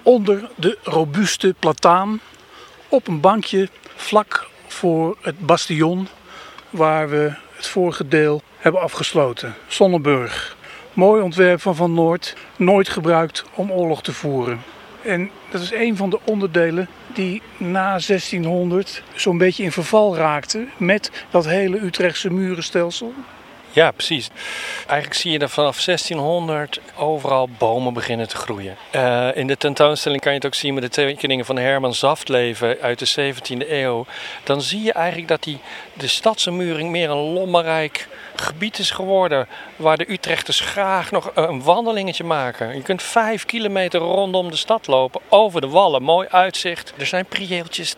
onder de robuuste plataan op een bankje vlak voor het bastion waar we het vorige deel hebben afgesloten. Sonnenburg. Mooi ontwerp van Van Noort, nooit gebruikt om oorlog te voeren. En dat is een van de onderdelen die na 1600 zo'n beetje in verval raakte met dat hele Utrechtse murenstelsel. Ja, precies. Eigenlijk zie je er vanaf 1600 overal bomen beginnen te groeien. In de tentoonstelling kan je het ook zien met de tekeningen van Herman Zaftleven uit de 17e eeuw. Dan zie je eigenlijk dat de stadsommuring meer een lommerrijk gebied is geworden. Waar de Utrechters graag nog een wandelingetje maken. Je kunt 5 kilometer rondom de stad lopen, over de wallen, mooi uitzicht. Er zijn prieeltjes,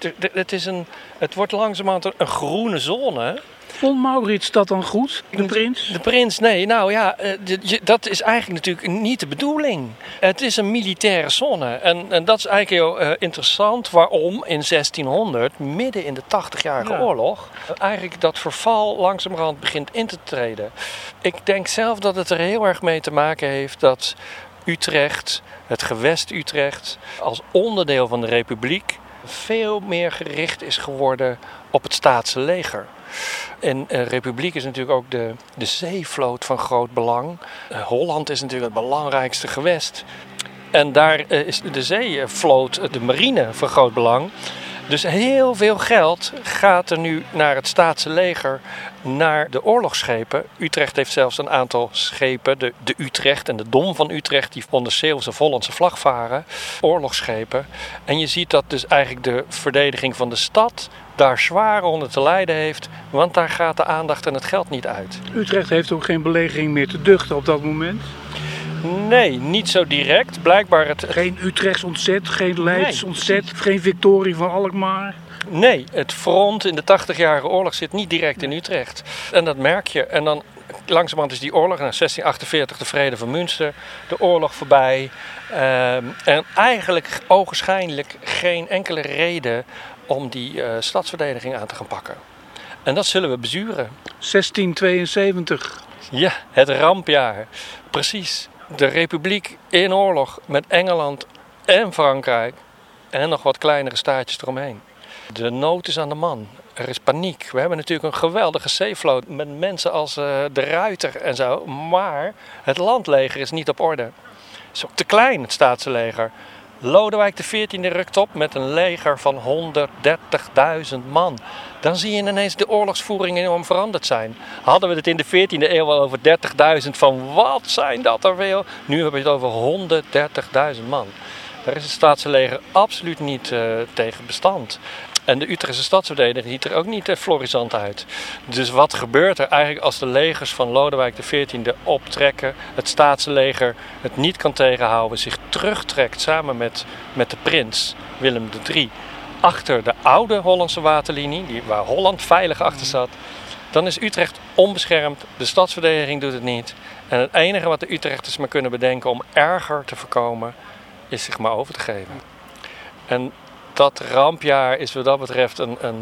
het wordt langzamerhand een groene zone. Vond Maurits dat dan goed, de prins? De prins, nee. Nou ja, dat is eigenlijk natuurlijk niet de bedoeling. Het is een militaire zone. En dat is eigenlijk heel interessant waarom in 1600, midden in de 80-jarige oorlog, eigenlijk dat verval langzamerhand begint in te treden. Ik denk zelf dat het er heel erg mee te maken heeft dat Utrecht, het gewest Utrecht, als onderdeel van de Republiek veel meer gericht is geworden op het Staatse leger. In de Republiek is natuurlijk ook de zeevloot van groot belang. Holland is natuurlijk het belangrijkste gewest. En daar is de zeevloot, de marine, van groot belang. Dus heel veel geld gaat er nu naar het Staatse leger, naar de oorlogsschepen. Utrecht heeft zelfs een aantal schepen, de Utrecht en de Dom van Utrecht, die onder Zeeuwse of Hollandse vlag varen. Oorlogsschepen. En je ziet dat dus eigenlijk de verdediging van de stad daar zwaar onder te lijden heeft, want daar gaat de aandacht en het geld niet uit. Utrecht heeft ook geen belegering meer te duchten op dat moment? Nee, niet zo direct. Blijkbaar Geen Utrechts ontzet, geen Leids ontzet, geen victorie van Alkmaar? Nee, het front in de 80-jarige oorlog zit niet direct in Utrecht. En dat merk je. En dan langzamerhand is die oorlog, na 1648 de vrede van Münster, de oorlog voorbij. En eigenlijk ogenschijnlijk geen enkele reden om die stadsverdediging aan te gaan pakken. En dat zullen we bezuren. 1672. Ja, het rampjaar. Precies. De Republiek in oorlog met Engeland en Frankrijk en nog wat kleinere staatjes eromheen. De nood is aan de man. Er is paniek. We hebben natuurlijk een geweldige zeevloot met mensen als de Ruiter en zo. Maar het landleger is niet op orde. Het is ook te klein, het Staatse leger. Lodewijk XIV rukt op met een leger van 130.000 man. Dan zie je ineens de oorlogsvoering enorm veranderd zijn. Hadden we het in de 14e eeuw al over 30.000 van wat zijn dat er veel? Nu hebben we het over 130.000 man. Daar is het Staatse leger absoluut niet tegen bestand. En de Utrechtse stadsverdediging ziet er ook niet florissant uit. Dus wat gebeurt er eigenlijk als de legers van Lodewijk XIV optrekken, het Staatse leger het niet kan tegenhouden, zich terugtrekt samen met de prins Willem III achter de oude Hollandse waterlinie, waar Holland veilig achter zat, dan is Utrecht onbeschermd, de stadsverdediging doet het niet. En het enige wat de Utrechters maar kunnen bedenken om erger te voorkomen, is zich maar over te geven. En dat rampjaar is wat dat betreft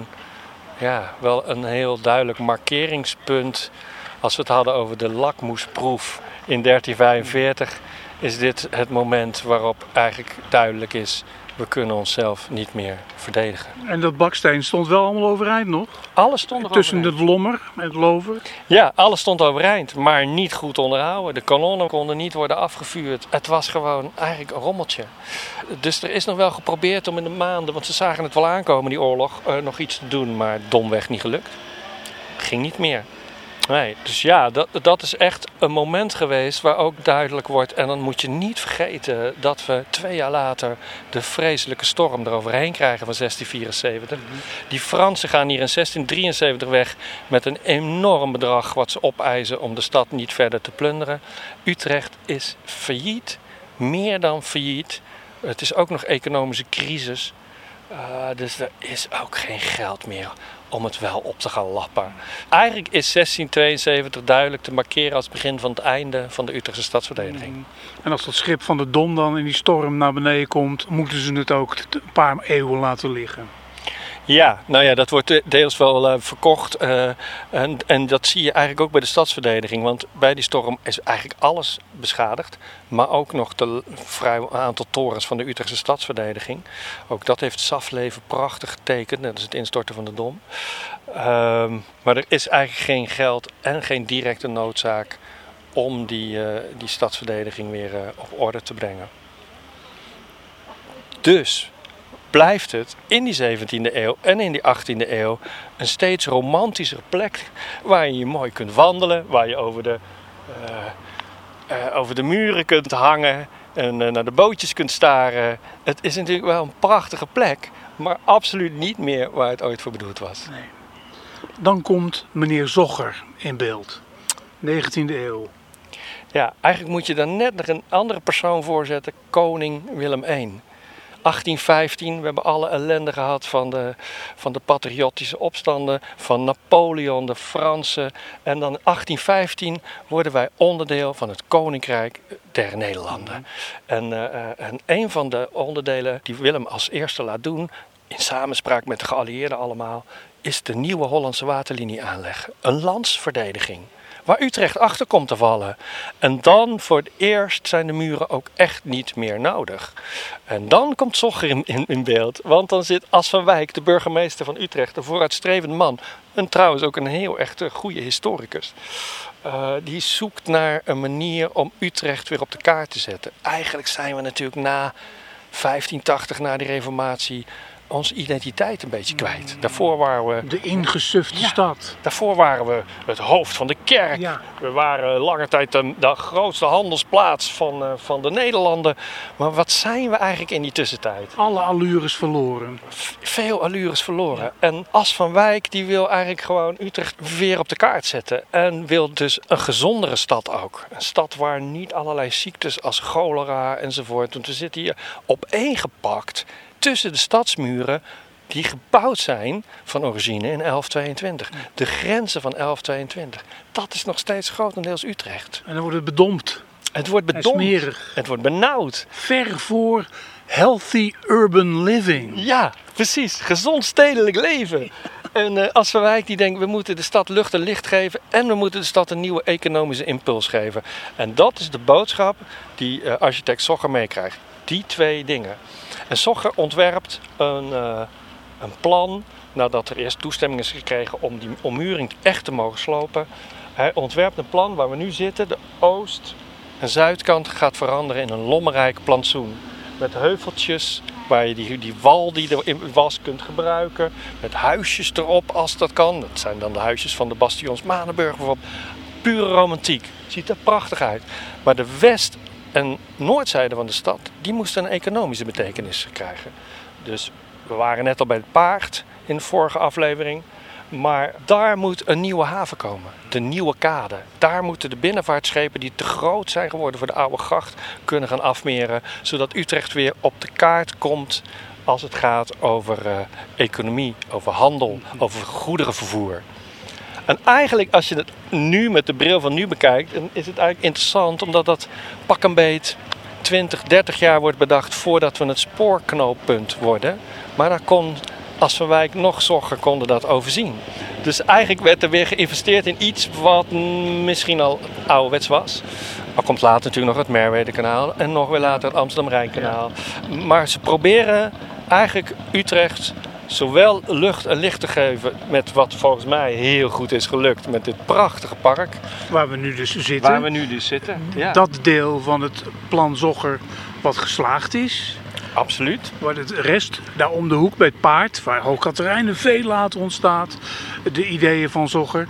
wel een heel duidelijk markeringspunt. Als we het hadden over de lakmoesproef in 1345, is dit het moment waarop eigenlijk duidelijk is, we kunnen onszelf niet meer verdedigen. En dat baksteen stond wel allemaal overeind nog? Alles stond er tussen overeind. de Vlommer en het Lover? Ja, alles stond overeind, maar niet goed onderhouden. De kanonnen konden niet worden afgevuurd. Het was gewoon eigenlijk een rommeltje. Dus er is nog wel geprobeerd om in de maanden, want ze zagen het wel aankomen, die oorlog, nog iets te doen, maar domweg niet gelukt. Ging niet meer. Nee, dus ja, dat is echt een moment geweest waar ook duidelijk wordt. En dan moet je niet vergeten dat we 2 jaar later de vreselijke storm eroverheen krijgen van 1674. Die Fransen gaan hier in 1673 weg met een enorm bedrag wat ze opeisen om de stad niet verder te plunderen. Utrecht is failliet, meer dan failliet. Het is ook nog economische crisis. Dus er is ook geen geld meer om het wel op te gaan lappen. Eigenlijk is 1672 duidelijk te markeren als het begin van het einde van de Utrechtse stadsverdediging. En als dat schip van de Dom dan in die storm naar beneden komt, moeten ze het ook een paar eeuwen laten liggen? Ja, nou ja, dat wordt deels wel verkocht. En dat zie je eigenlijk ook bij de stadsverdediging. Want bij die storm is eigenlijk alles beschadigd. Maar ook nog een aantal torens van de Utrechtse stadsverdediging. Ook dat heeft Safleven prachtig getekend. Net als het instorten van de Dom. Maar er is eigenlijk geen geld en geen directe noodzaak om die stadsverdediging weer op orde te brengen. Dus blijft het in die 17e eeuw en in die 18e eeuw een steeds romantischer plek waar je mooi kunt wandelen, waar je over de muren kunt hangen en naar de bootjes kunt staren. Het is natuurlijk wel een prachtige plek, maar absoluut niet meer waar het ooit voor bedoeld was. Nee. Dan komt meneer Zocher in beeld, 19e eeuw. Ja, eigenlijk moet je daar net nog een andere persoon voor zetten, koning Willem I. 1815, we hebben alle ellende gehad van de patriotische opstanden, van Napoleon, de Fransen. En dan in 1815 worden wij onderdeel van het Koninkrijk der Nederlanden. En een van de onderdelen die Willem als eerste laat doen, in samenspraak met de geallieerden allemaal, is de nieuwe Hollandse waterlinie aanleggen. Een landsverdediging. Waar Utrecht achter komt te vallen. En dan voor het eerst zijn de muren ook echt niet meer nodig. En dan komt Zocher in beeld. Want dan zit As van Wijk, de burgemeester van Utrecht, een vooruitstrevend man. En trouwens ook een heel echt goede historicus. Die zoekt naar een manier om Utrecht weer op de kaart te zetten. Eigenlijk zijn we natuurlijk na 1580, na die reformatie, onze identiteit een beetje kwijt. Daarvoor waren we de ingesufte stad. Daarvoor waren we het hoofd van de kerk. Ja. We waren lange tijd de grootste handelsplaats van de Nederlanden. Maar wat zijn we eigenlijk in die tussentijd? Alle allures verloren. Veel allures verloren. Ja. En As van Wijk die wil eigenlijk gewoon Utrecht weer op de kaart zetten. En wil dus een gezondere stad ook. Een stad waar niet allerlei ziektes als cholera enzovoort. Want we zitten hier opeengepakt tussen de stadsmuren die gebouwd zijn van origine in 1122. De grenzen van 1122. Dat is nog steeds grotendeels Utrecht. En dan wordt het bedompt. Het wordt bedompt. Smerig. Het wordt benauwd. Ver voor healthy urban living. Ja, precies. Gezond stedelijk leven. En As van Wijk die denkt, we moeten de stad lucht en licht geven en we moeten de stad een nieuwe economische impuls geven. En dat is de boodschap die architect Zocher meekrijgt. Die twee dingen. En Zocher ontwerpt een plan, nadat er eerst toestemming is gekregen om die ommuring echt te mogen slopen. Hij ontwerpt een plan waar we nu zitten. De oost- en zuidkant gaat veranderen in een lommerrijk plantsoen. Met heuveltjes waar je die wal die er was kunt gebruiken. Met huisjes erop als dat kan. Dat zijn dan de huisjes van de bastions Manenburg bijvoorbeeld. Pure romantiek. Ziet er prachtig uit. Maar de west- en noordzijde van de stad, die moesten een economische betekenis krijgen. Dus we waren net al bij het paard in de vorige aflevering. Maar daar moet een nieuwe haven komen. De Nieuwe Kade. Daar moeten de binnenvaartschepen die te groot zijn geworden voor de oude gracht kunnen gaan afmeren. Zodat Utrecht weer op de kaart komt als het gaat over economie, over handel, over goederenvervoer. En eigenlijk als je het nu met de bril van nu bekijkt, dan is het eigenlijk interessant omdat dat pak een beet 20, 30 jaar wordt bedacht voordat we het spoorknooppunt worden. Maar daar kon As van Wijk nog Zocher konden dat overzien. Dus eigenlijk werd er weer geïnvesteerd in iets wat misschien al ouderwets was. Er komt later natuurlijk nog het Merwedekanaal en nog weer later het Amsterdam-Rijnkanaal. Maar ze proberen eigenlijk Utrecht zowel lucht en licht te geven met wat volgens mij heel goed is gelukt met dit prachtige park. Waar we nu dus zitten. Ja. Dat deel van het plan Zocher wat geslaagd is. Absoluut. Waar de rest daar om de hoek bij het paard, waar Hoog Catharijne veel later ontstaat, de ideeën van Zocher,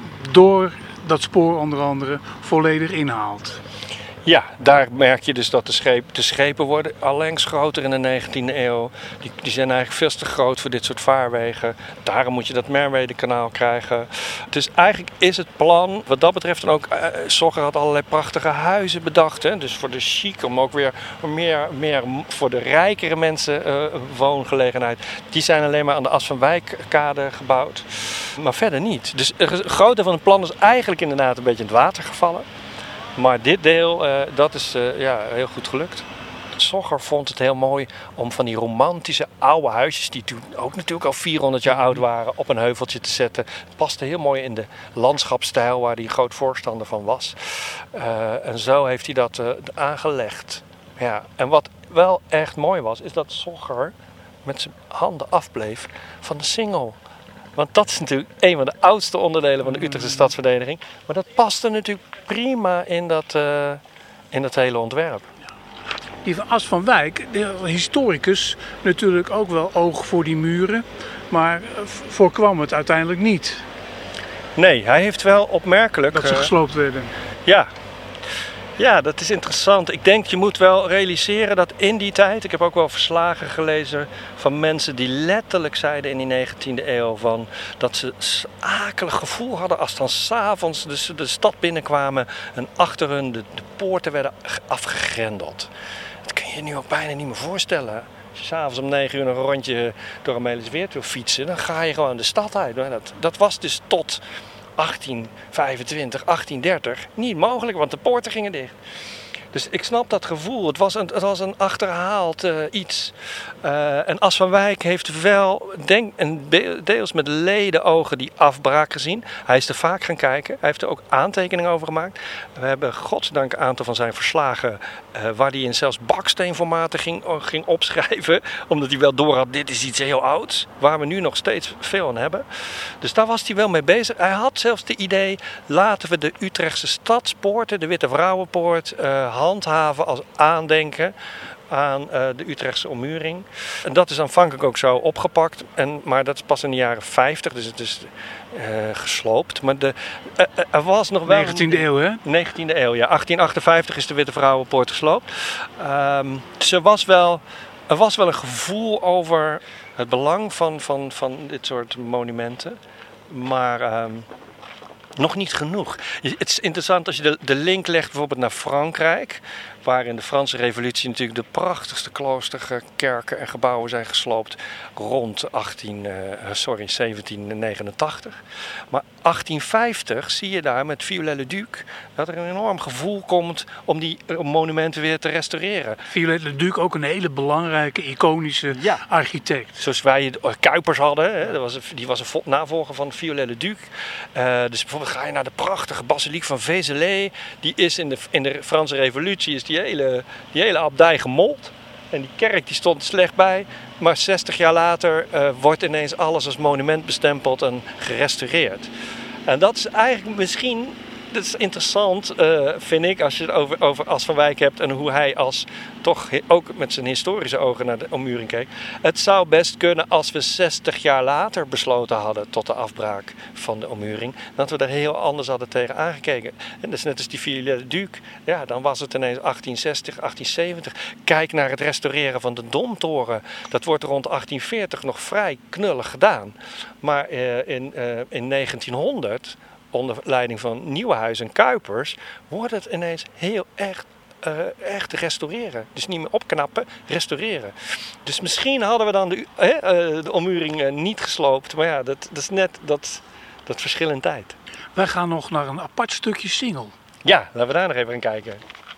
door dat spoor onder andere volledig inhaalt. Ja, daar merk je dus dat de schepen worden allengs groter in de 19e eeuw. Die zijn eigenlijk veel te groot voor dit soort vaarwegen. Daarom moet je dat Merwedekanaal krijgen. Dus eigenlijk is het plan, wat dat betreft dan ook, Zocher had allerlei prachtige huizen bedacht. Hè? Dus voor de chic, om ook weer meer voor de rijkere mensen woongelegenheid. Die zijn alleen maar aan de As van Wijkkade gebouwd. Maar verder niet. Dus een groot deel van het plan is eigenlijk inderdaad een beetje in het water gevallen. Maar dit deel, dat is heel goed gelukt. Sogger vond het heel mooi om van die romantische oude huisjes, die toen ook natuurlijk al 400 jaar oud waren, op een heuveltje te zetten. Het paste heel mooi in de landschapsstijl waar hij groot voorstander van was. En zo heeft hij dat aangelegd. Ja. En wat wel echt mooi was, is dat Sogger met zijn handen afbleef van de singel. Want dat is natuurlijk een van de oudste onderdelen van de Utrechtse stadsverdediging. Maar dat paste natuurlijk prima in dat hele ontwerp. Die van As van Wijk, de historicus, natuurlijk ook wel oog voor die muren. Maar voorkwam het uiteindelijk niet. Nee, hij heeft wel opmerkelijk... Dat ze gesloopt werden. Ja, dat is interessant. Ik denk, je moet wel realiseren dat in die tijd... Ik heb ook wel verslagen gelezen van mensen die letterlijk zeiden in die 19e eeuw... dat ze een akelig gevoel hadden als dan 's avonds de stad binnenkwamen... en achter hun de poorten werden afgegrendeld. Dat kun je je nu ook bijna niet meer voorstellen. Als je 's avonds om 9 uur een rondje door een Melisweert wil fietsen... dan ga je gewoon de stad uit. Dat was dus tot 1825, 1830 niet mogelijk, want de poorten gingen dicht. Dus ik snap dat gevoel. Het was een achterhaald iets. En As van Wijk heeft wel, deels met ledenogen die afbraak gezien. Hij is er vaak gaan kijken. Hij heeft er ook aantekeningen over gemaakt. We hebben godzijdank een aantal van zijn verslagen... waar hij in zelfs baksteenformaten ging opschrijven. Omdat hij wel doorhad, dit is iets heel ouds. Waar we nu nog steeds veel aan hebben. Dus daar was hij wel mee bezig. Hij had zelfs het idee, laten we de Utrechtse stadspoorten, de Witte Vrouwenpoort... handhaven als aandenken aan de Utrechtse ommuring. En dat is aanvankelijk ook zo opgepakt. Maar dat is pas in de jaren 50, dus het is gesloopt. Maar er was nog wel... 19e eeuw, hè? 19e eeuw, ja. 1858 is de Witte Vrouwenpoort gesloopt. Dus er was wel een gevoel over het belang van dit soort monumenten. Maar... nog niet genoeg. Het is interessant als je de link legt bijvoorbeeld naar Frankrijk, waar in de Franse Revolutie natuurlijk de prachtigste kloosterkerken en gebouwen zijn gesloopt rond 1789. Maar 1850 zie je daar met Viollet-le-Duc dat er een enorm gevoel komt om die monumenten weer te restaureren. Viollet-le-Duc ook een hele belangrijke, iconische architect. Zoals wij Kuipers hadden, hè? Die was een navolger van Viollet-le-Duc. Dus bijvoorbeeld ga je naar de prachtige basiliek van Vézelay. Die is in de Franse Revolutie is die hele abdij gemold. En die kerk die stond slecht bij. Maar 60 jaar later wordt ineens alles als monument bestempeld en gerestaureerd. En dat is eigenlijk misschien... Dat is interessant, vind ik, als je het over As van Wijk hebt en hoe hij toch ook met zijn historische ogen naar de ommuring keek. Het zou best kunnen als we 60 jaar later besloten hadden tot de afbraak van de ommuring, dat we er heel anders hadden tegen aangekeken. En dat is net als die Viollet-le-Duc, ja, dan was het ineens 1860, 1870. Kijk naar het restaureren van de Domtoren. Dat wordt rond 1840 nog vrij knullig gedaan. Maar in 1900... onder leiding van Nieuwenhuis en Kuipers, wordt het ineens heel echt restaureren. Dus niet meer opknappen, restaureren. Dus misschien hadden we dan de ommuring niet gesloopt. Maar ja, dat is net dat verschil in tijd. Wij gaan nog naar een apart stukje Singel. Ja, laten we daar nog even gaan kijken.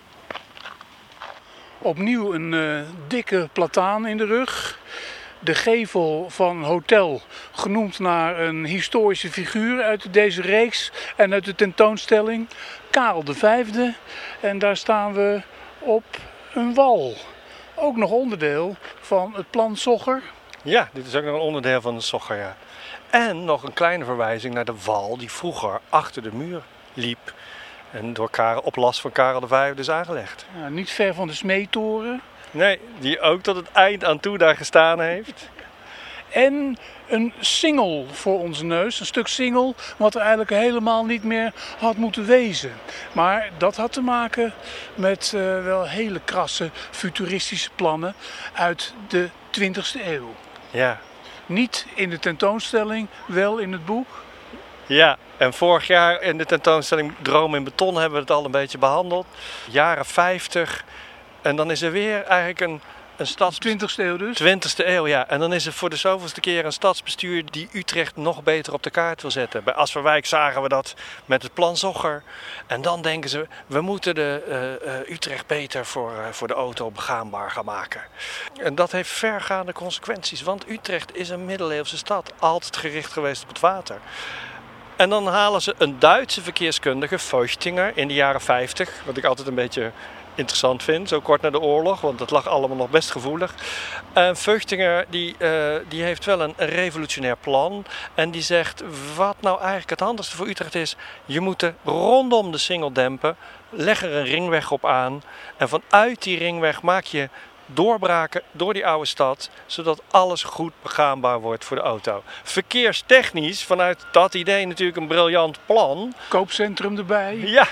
Opnieuw een dikke plataan in de rug. De gevel van een hotel, genoemd naar een historische figuur uit deze reeks en uit de tentoonstelling, Karel V. En daar staan we op een wal. Ook nog onderdeel van het plan Sogger. Ja, dit is ook nog een onderdeel van de Sogger, ja. En nog een kleine verwijzing naar de wal die vroeger achter de muur liep. En op last van Karel V is aangelegd. Ja, niet ver van de Smeetoren. Nee, die ook tot het eind aan toe daar gestaan heeft. En een singel voor onze neus, een stuk singel wat er eigenlijk helemaal niet meer had moeten wezen. Maar dat had te maken met wel hele krasse futuristische plannen uit de 20e eeuw. Ja. Niet in de tentoonstelling, wel in het boek. Ja, en vorig jaar in de tentoonstelling Droom in Beton hebben we het al een beetje behandeld. Jaren 50. En dan is er weer eigenlijk een stadsbestuur. 20e eeuw dus? 20e eeuw, ja. En dan is er voor de zoveelste keer een stadsbestuur die Utrecht nog beter op de kaart wil zetten. Bij Asverwijk zagen we dat met het plan Zogger. En dan denken ze, we moeten de Utrecht beter voor de auto begaanbaar gaan maken. En dat heeft vergaande consequenties, want Utrecht is een middeleeuwse stad, altijd gericht geweest op het water. En dan halen ze een Duitse verkeerskundige, Feuchtinger, in de jaren 50, wat ik altijd een beetje interessant vind, zo kort na de oorlog, want het lag allemaal nog best gevoelig. Feuchtinger die heeft wel een revolutionair plan en die zegt wat nou eigenlijk het handigste voor Utrecht is. Je moet rondom de Singel dempen, leg er een ringweg op aan en vanuit die ringweg maak je doorbraken door die oude stad, zodat alles goed begaanbaar wordt voor de auto. Verkeerstechnisch, vanuit dat idee natuurlijk een briljant plan. Koopcentrum erbij. Ja,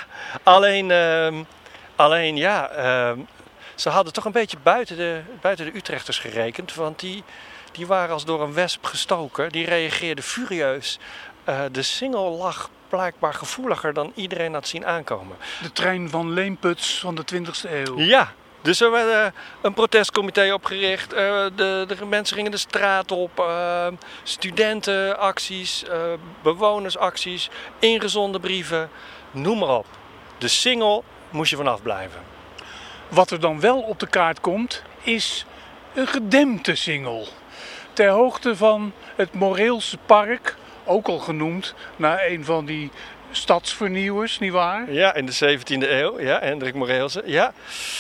alleen ja, ze hadden toch een beetje buiten de Utrechters gerekend, want die waren als door een wesp gestoken. Die reageerden furieus. De Singel lag blijkbaar gevoeliger dan iedereen had zien aankomen. De trein van Leemputs van de 20e eeuw. Ja. Dus er werd een protestcomité opgericht, de mensen gingen de straat op, studentenacties, bewonersacties, ingezonden brieven, noem maar op. De Singel moest je vanaf blijven. Wat er dan wel op de kaart komt, is een gedempte Singel. Ter hoogte van het Moreelse Park, ook al genoemd naar een van die stadsvernieuwers, nietwaar? Ja, in de 17e eeuw, ja, Hendrik Moreelse, ja.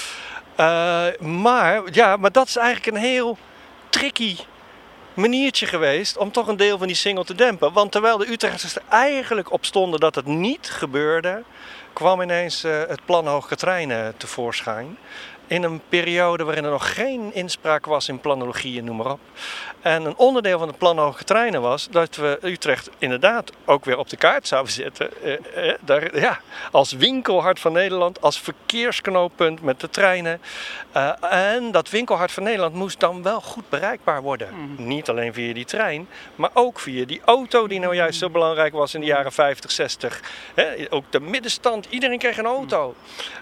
Maar dat is eigenlijk een heel tricky maniertje geweest om toch een deel van die Singel te dempen. Want terwijl de Utrechters er eigenlijk op stonden dat het niet gebeurde, kwam ineens het plan Hoogkaterijnen tevoorschijn. In een periode waarin er nog geen inspraak was in planologie en noem maar op. En een onderdeel van het plan Hoogkaterijnen was dat we Utrecht inderdaad ook weer op de kaart zouden zetten. Als winkelhart van Nederland, als verkeersknooppunt met de treinen. En dat winkelhart van Nederland moest dan wel goed bereikbaar worden. Niet alleen via die trein, maar ook via die auto die nou juist zo belangrijk was in de jaren 50, 60. Ook de middenstand, iedereen kreeg een auto.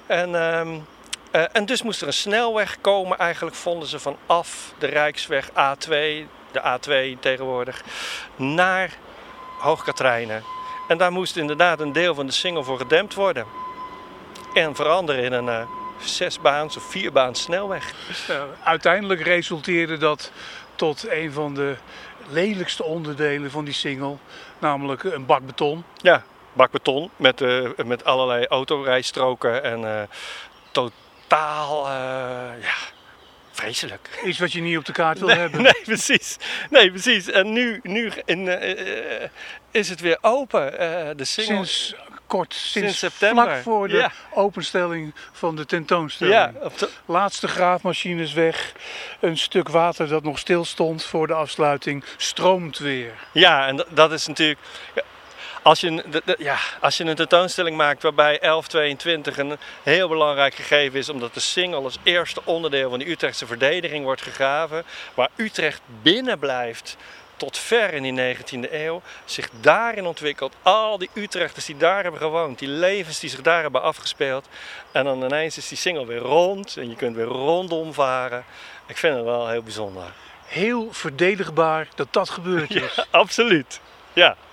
En dus moest er een snelweg komen, eigenlijk vonden ze vanaf de Rijksweg A2, de A2 tegenwoordig, naar Hoogkaterijnen. En daar moest inderdaad een deel van de Singel voor gedempt worden. En veranderen in een 6-baans of 4-baans snelweg. Uiteindelijk resulteerde dat tot een van de lelijkste onderdelen van die Singel, namelijk een bak beton. Ja, bak beton met allerlei autorijstroken en totaal, vreselijk. Iets wat je niet op de kaart wil hebben. Nee, precies. En nu is het weer open. De Singel sinds september. Vlak voor de openstelling van de tentoonstelling. Ja, laatste graafmachines weg. Een stuk water dat nog stil stond voor de afsluiting stroomt weer. Ja, en dat is natuurlijk... Als je een tentoonstelling maakt waarbij 1122 een heel belangrijk gegeven is, omdat de Singel als eerste onderdeel van de Utrechtse verdediging wordt gegraven, waar Utrecht binnen blijft tot ver in die 19e eeuw, zich daarin ontwikkelt, al die Utrechters die daar hebben gewoond, die levens die zich daar hebben afgespeeld, en dan ineens is die Singel weer rond en je kunt weer rondom varen. Ik vind het wel heel bijzonder. Heel verdedigbaar dat gebeurd is. Ja, absoluut. Ja.